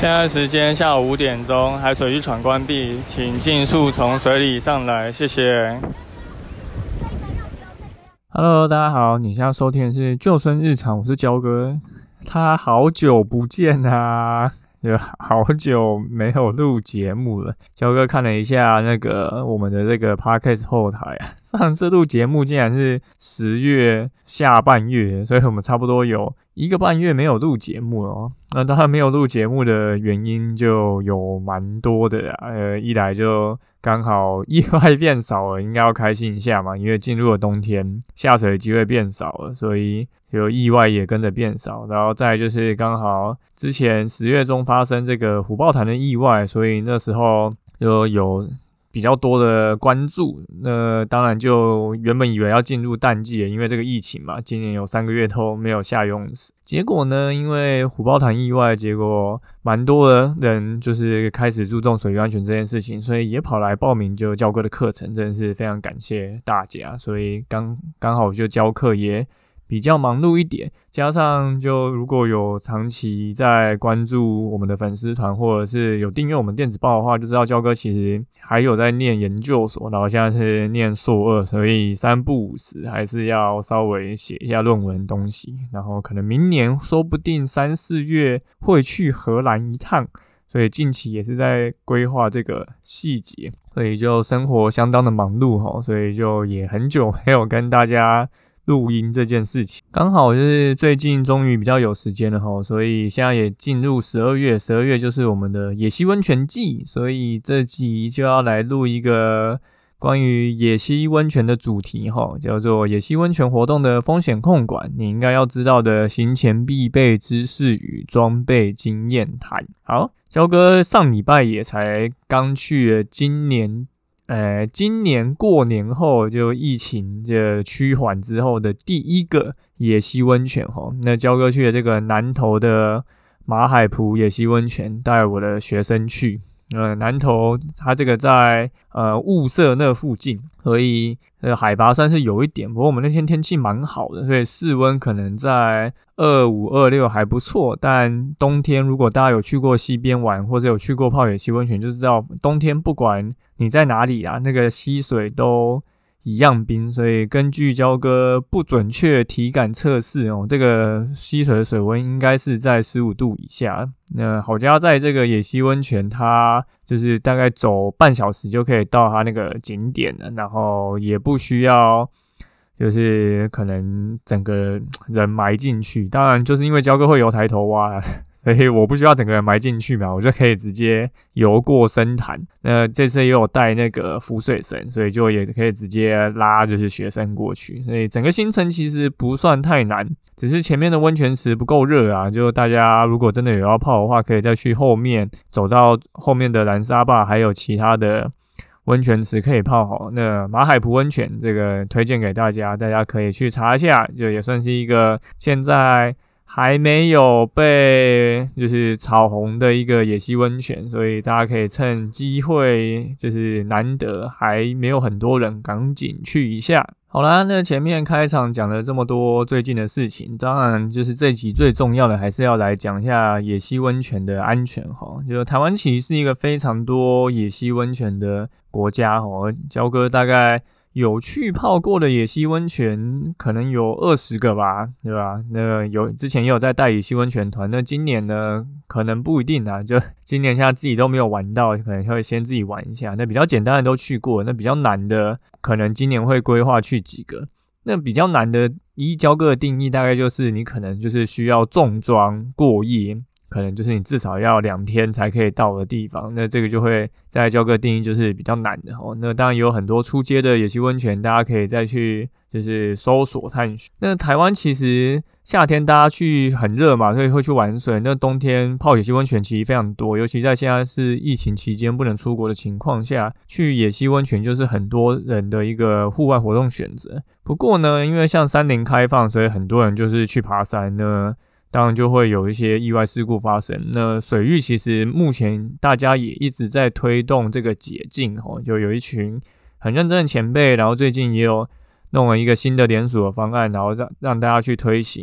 现在时间下午5点钟，海水浴场关闭，请尽速从水里上来，谢谢。Hello， 大家好，你现在收听的是救生日常，我是焦哥。他好久不见啊，就好久没有录节目了。焦哥看了一下我们的这个 Podcast 后台啊，上次录节目竟然是10月下半月，所以我们差不多有1个半月没有录节目了哦。那当然没有录节目的原因就有蛮多的啦，一来就刚好意外变少了，应该要开心一下嘛，因为进入了冬天，下水的机会变少了，所以就意外也跟着变少。然后再来就是刚好之前10月中发生这个虎豹潭的意外，所以那时候就有比较多的关注，那当然就原本以为要进入淡季了，因为这个疫情嘛，今年有3个月都没有下游泳池。结果呢，因为虎豹潭意外，结果蛮多的人就是开始注重水域安全这件事情，所以也跑来报名就教课的课程，真的是非常感谢大家。所以刚好就教课也比较忙碌一点，加上就如果有长期在关注我们的粉丝团，或者是有订阅我们电子报的话，就知道焦哥其实还有在念研究所，然后现在是念硕2，所以3不5时还是要稍微写一下论文的东西，然后可能明年说不定3、4月会去荷兰一趟，所以近期也是在规划这个细节，所以就生活相当的忙碌齁，所以就也很久没有跟大家录音这件事情，刚好就是最近终于比较有时间了齁，所以现在也进入12月就是我们的野溪温泉季，所以这集就要来录一个关于野溪温泉的主题齁，叫做野溪温泉活动的风险控管，你应该要知道的行前必备知识与装备经验谈。好，焦哥上礼拜也才刚去了今年过年后就疫情就趋缓之后的第一个野溪温泉齁，那焦哥去了这个南投的马海埔野溪温泉，带我的学生去。南投它这个在雾社那附近，所以海拔算是有一点，不过我们那天天气蛮好的，所以室温可能在25、26还不错。但冬天如果大家有去过溪边玩，或者有去过泡野溪温泉，就知道冬天不管你在哪里啊，那个溪水都一样冰，所以根据焦哥不准确体感测试这个溪水的水温应该是在15度以下。那好家在这个野溪温泉，它就是大概走半小时就可以到它那个景点了，然后也不需要就是可能整个人埋进去，当然就是因为焦哥会游抬头蛙所以我不需要整个人埋进去嘛，我就可以直接游过深潭。那这次也有带那个浮水绳，所以就也可以直接拉就是学生过去，所以整个行程其实不算太难，只是前面的温泉池不够热啊，就大家如果真的有要泡的话，可以再去后面走到后面的蓝沙坝，还有其他的温泉池可以泡好。那马海埔温泉这个推荐给大家，大家可以去查一下，就也算是一个现在还没有被就是炒红的一个野溪温泉，所以大家可以趁机会，就是难得还没有很多人，赶紧去一下。好啦，那前面开场讲了这么多最近的事情，当然就是这集最重要的还是要来讲一下野溪温泉的安全齁。就台湾其实是一个非常多野溪温泉的国家齁，焦哥大概有去泡过的野溪温泉可能有20个吧，对吧？那之前也有在带野溪温泉团，那今年呢可能不一定啊，就今年现在自己都没有玩到，可能会先自己玩一下。那比较简单的都去过，那比较难的可能今年会规划去几个。那比较难的依焦哥的定义，大概就是你可能就是需要重装过夜，可能就是你至少要2天才可以到的地方，那这个就会在焦哥定义就是比较难的齁。那当然也有很多初阶的野溪温泉，大家可以再去就是搜索探寻。那台湾其实夏天大家去很热嘛，所以会去玩水，那冬天泡野溪温泉其实非常多，尤其在现在是疫情期间不能出国的情况下，去野溪温泉就是很多人的一个户外活动选择。不过呢，因为像山林开放，所以很多人就是去爬山呢，当然就会有一些意外事故发生。那水域其实目前大家也一直在推动这个解禁就有一群很认真的前辈，然后最近也有弄了一个新的联署的方案，然后让大家去推行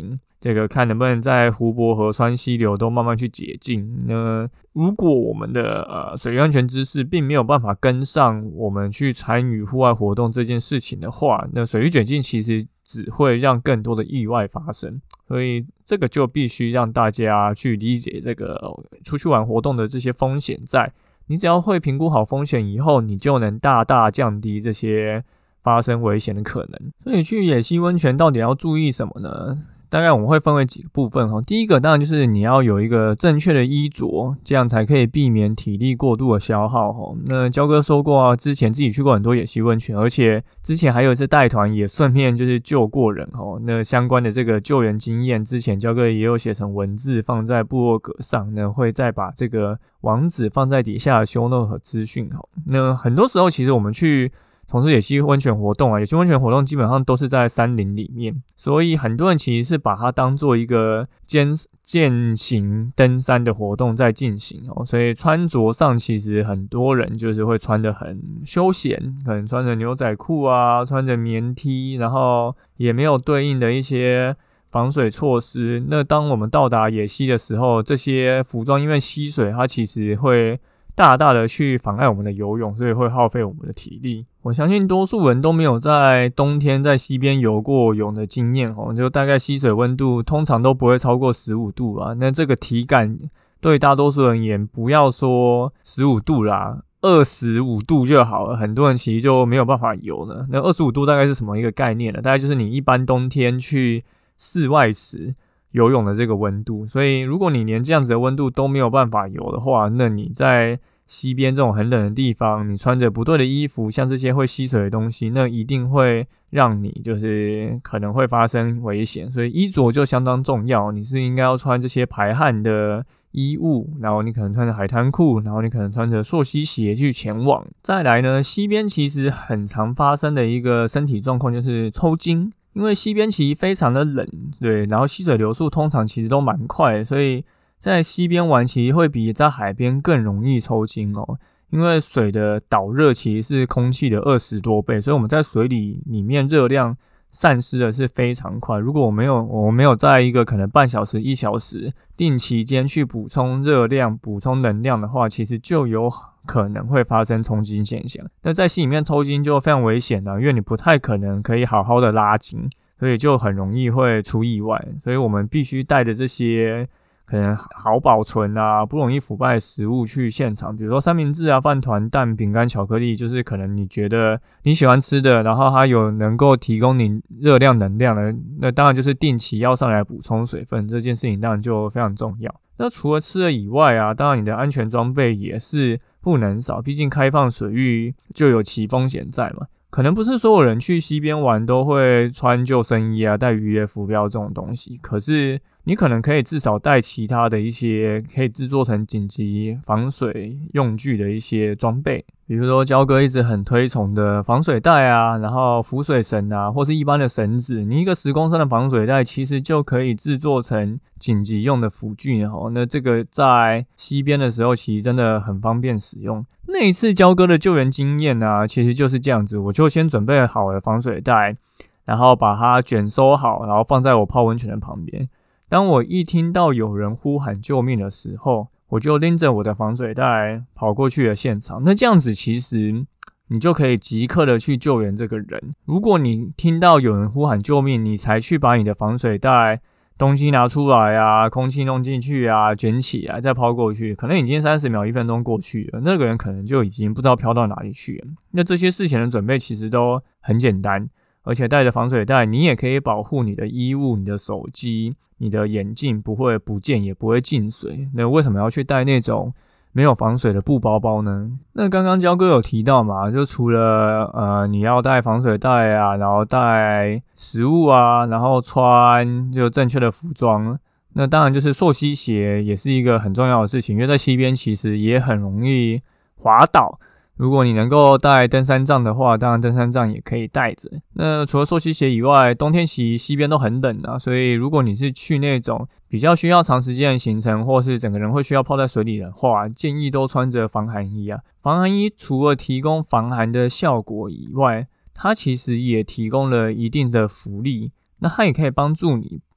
这个看能不能在湖泊、河川、溪流都慢慢去解禁。那如果我们的水域安全知识并没有办法跟上我们去参与户外活动这件事情的话，那水域解禁其实只会让更多的意外发生。所以这个就必须让大家去理解这个出去玩活动的这些风险在。你只要会评估好风险以后，你就能大大降低这些发生危险的可能。所以去野溪温泉到底要注意什么呢？大概我们会分为几个部分。第一个当然就是你要有一个正确的衣着，这样才可以避免体力过度的消耗。那焦哥说过啊，之前自己去过很多野溪温泉，而且之前还有一次带团也顺便就是救过人。那相关的这个救援经验，之前焦哥也有写成文字放在部落格上，那会再把这个网址放在底下的 show note 和资讯。那很多时候其实我们去从事野溪温泉活动野溪温泉活动基本上都是在山林里面，所以很多人其实是把它当做一个健行登山的活动在进行所以穿着上其实很多人就是会穿得很休闲，可能穿着牛仔裤啊，穿着棉 T， 然后也没有对应的一些防水措施。那当我们到达野溪的时候，这些服装因为吸水它其实会大大的去妨碍我们的游泳，所以会耗费我们的体力。我相信多数人都没有在冬天在溪边游过泳的经验就大概溪水温度通常都不会超过15度啊。那这个体感对大多数人而言，不要说15度啦，25度就好了，很多人其实就没有办法游了。那25度大概是什么一个概念呢？大概就是你一般冬天去室外时游泳的这个温度。所以如果你连这样子的温度都没有办法游的话，那你在溪边这种很冷的地方，你穿着不对的衣服，像这些会吸水的东西，那一定会让你就是可能会发生危险。所以衣着就相当重要，你是应该要穿这些排汗的衣物，然后你可能穿着海滩裤，然后你可能穿着溯溪鞋去前往。再来呢，溪边其实很常发生的一个身体状况就是抽筋，因为溪边其实非常的冷，对，然后溪水流速通常其实都蛮快的，所以在溪边玩其实会比在海边更容易抽筋因为水的导热其实是空气的20多倍，所以我们在水里面热量散失的是非常快。如果我没有在一个可能半小时、1小时定期间去补充热量、补充能量的话，其实就有可能会发生抽筋现象。那在溪里面抽筋就非常危险因为你不太可能可以好好的拉筋，所以就很容易会出意外。所以我们必须带着这些可能好保存啊，不容易腐败的食物去现场，比如说三明治啊、饭团、蛋、饼干、巧克力，就是可能你觉得你喜欢吃的，然后它有能够提供你热量能量的，那当然就是定期要上来补充水分，这件事情当然就非常重要。那除了吃的以外啊，当然你的安全装备也是不能少，毕竟开放水域就有其风险在嘛。可能不是所有人去溪边玩都会穿救生衣啊、带渔猎浮标这种东西，可是你可能可以至少带其他的一些可以制作成紧急防水用具的一些装备，比如说焦哥一直很推崇的防水袋啊，然后浮水绳啊，或是一般的绳子，你一个10公升的防水袋其实就可以制作成紧急用的辅具那这个在溪边的时候其实真的很方便使用。那一次焦哥的救援经验啊，其实就是这样子，我就先准备好了防水袋，然后把它卷收好，然后放在我泡温泉的旁边。当我一听到有人呼喊救命的时候，我就拎着我的防水袋跑过去了现场。那这样子其实你就可以即刻的去救援这个人。如果你听到有人呼喊救命，你才去把你的防水袋东西拿出来啊，空气弄进去啊，卷起来再抛过去，可能已经30秒、1分钟过去了，那个人可能就已经不知道飘到哪里去了。那这些事前的准备其实都很简单，而且带着防水袋，你也可以保护你的衣物、你的手机、你的眼镜不会不见，也不会进水。那为什么要去带那种没有防水的布包包呢？那刚刚焦哥有提到嘛，就除了你要带防水袋啊，然后带食物啊，然后穿就正确的服装，那当然就是溯溪鞋也是一个很重要的事情，因为在溪边其实也很容易滑倒。如果你能够带登山杖的话，当然登山杖也可以带着。那除了溯溪鞋以外，冬天其实溪边都很冷啊，所以如果你是去那种比较需要长时间的行程，或是整个人会需要泡在水里的话，建议都穿着防寒衣啊。防寒衣除了提供防寒的效果以外，它其实也提供了一定的浮力，那它也可以帮助你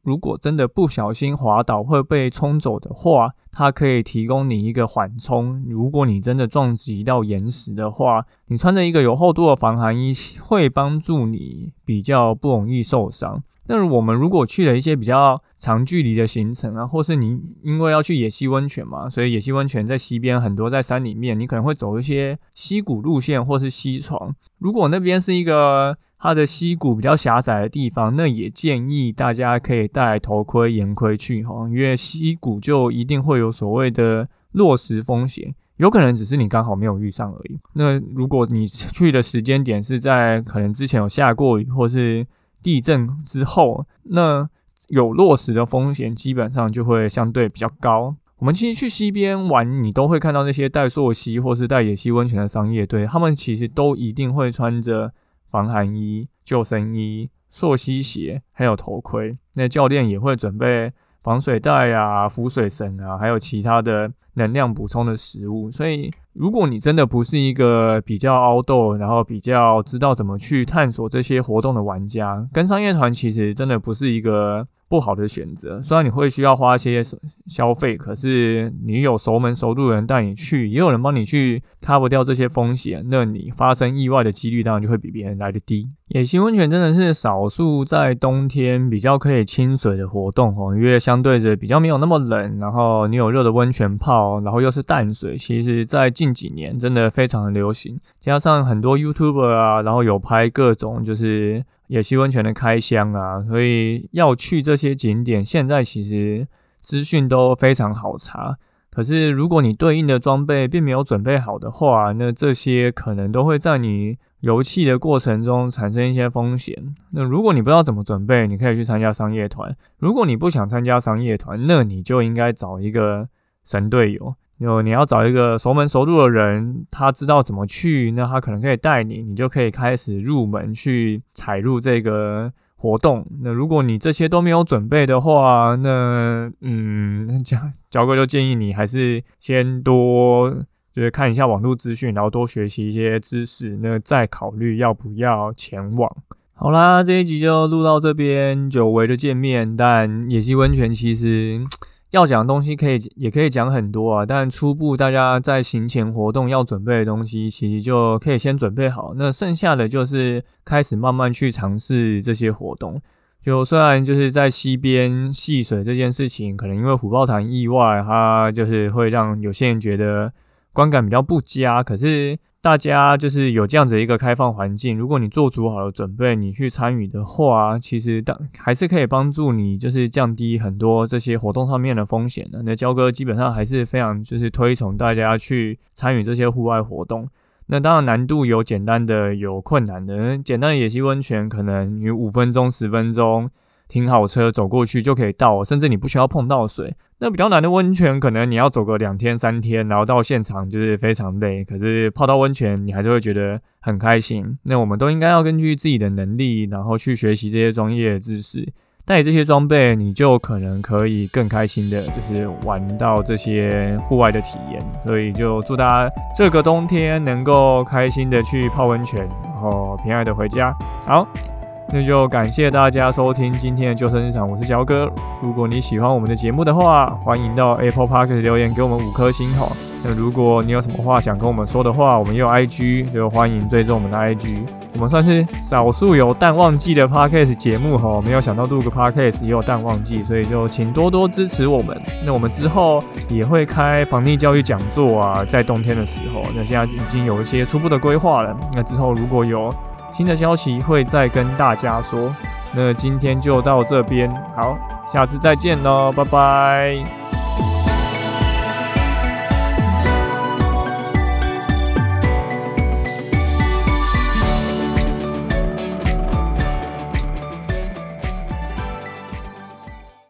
如果真的不小心滑倒会被冲走的话，它可以提供你一个缓冲。如果你真的撞击到岩石的话，你穿着一个有厚度的防寒衣会帮助你比较不容易受伤。那我们如果去了一些比较长距离的行程啊，或是你因为要去野溪温泉嘛，所以野溪温泉在溪边很多，在山里面，你可能会走一些溪谷路线或是溪床。如果那边是一个它的溪谷比较狭窄的地方，那也建议大家可以带头盔、岩盔去齁，因为溪谷就一定会有所谓的落石风险。有可能只是你刚好没有遇上而已。那如果你去的时间点是在可能之前有下过雨或是地震之后，那有落石的风险基本上就会相对比较高。我们其实去溪边玩，你都会看到那些带溯溪或是带野溪温泉的商业队，他们其实都一定会穿着防寒衣、救生衣、溯溪鞋，还有头盔。那教练也会准备防水袋啊、浮水绳啊，还有其他的能量补充的食物。所以如果你真的不是一个比较outdoor，然后比较知道怎么去探索这些活动的玩家，跟商业团其实真的不是一个不好的选择。虽然你会需要花一些消费，可是你有熟门熟路的人带你去，也有人帮你去 cover 掉这些风险，那你发生意外的几率当然就会比别人来得低。野溪温泉真的是少数在冬天比较可以亲水的活动因为相对着比较没有那么冷，然后你有热的温泉泡，然后又是淡水，其实在近几年真的非常的流行。加上很多 YouTuber 啊，然后有拍各种就是野溪温泉的开箱啊，所以要去这些景点，现在其实资讯都非常好查。可是如果你对应的装备并没有准备好的话，那这些可能都会在你游憩的过程中产生一些风险。那如果你不知道怎么准备，你可以去参加商业团。如果你不想参加商业团，那你就应该找一个神队友。你要找一个熟门熟路的人，他知道怎么去，那他可能可以带你，你就可以开始入门去踩入这个活动。那如果你这些都没有准备的话，那焦哥就建议你还是先多就是看一下网络资讯，然后多学习一些知识，那再考虑要不要前往。好啦，这一集就录到这边，久违的见面。但野溪温泉其实要讲的东西也可以讲很多啊，但初步大家在行前活动要准备的东西，其实就可以先准备好。那剩下的就是开始慢慢去尝试这些活动。就虽然就是在溪边戏水这件事情，可能因为虎豹潭意外，它就是会让有些人觉得观感比较不佳，可是大家就是有这样子一个开放环境，如果你做足好了准备，你去参与的话，其实还是可以帮助你就是降低很多这些活动上面的风险的。那焦哥基本上还是非常就是推崇大家去参与这些户外活动。那当然难度有简单的有困难的，简单的野溪温泉可能你5分钟10分钟停好车走过去就可以到，甚至你不需要碰到水。那比较难的温泉可能你要走个2天3天，然后到现场就是非常累，可是泡到温泉你还是会觉得很开心。那我们都应该要根据自己的能力，然后去学习这些专业的知识，带这些装备，你就可能可以更开心的就是玩到这些户外的体验。所以就祝大家这个冬天能够开心的去泡温泉，然后平安的回家。好，那就感谢大家收听今天的救生日常，我是焦哥。如果你喜欢我们的节目的话，欢迎到 Apple Podcast 留言给我们5颗星齁。那如果你有什么话想跟我们说的话，我们也有 IG， 就欢迎追踪我们的 IG。我们算是少数有淡旺季的 Podcast 节目齁，没有想到录个 Podcast 也有淡旺季，所以就请多多支持我们。那我们之后也会开防疫教育讲座啊，在冬天的时候，那现在已经有一些初步的规划了。那之后如果有新的消息会再跟大家说。那今天就到这边，好，下次再见咯，拜拜。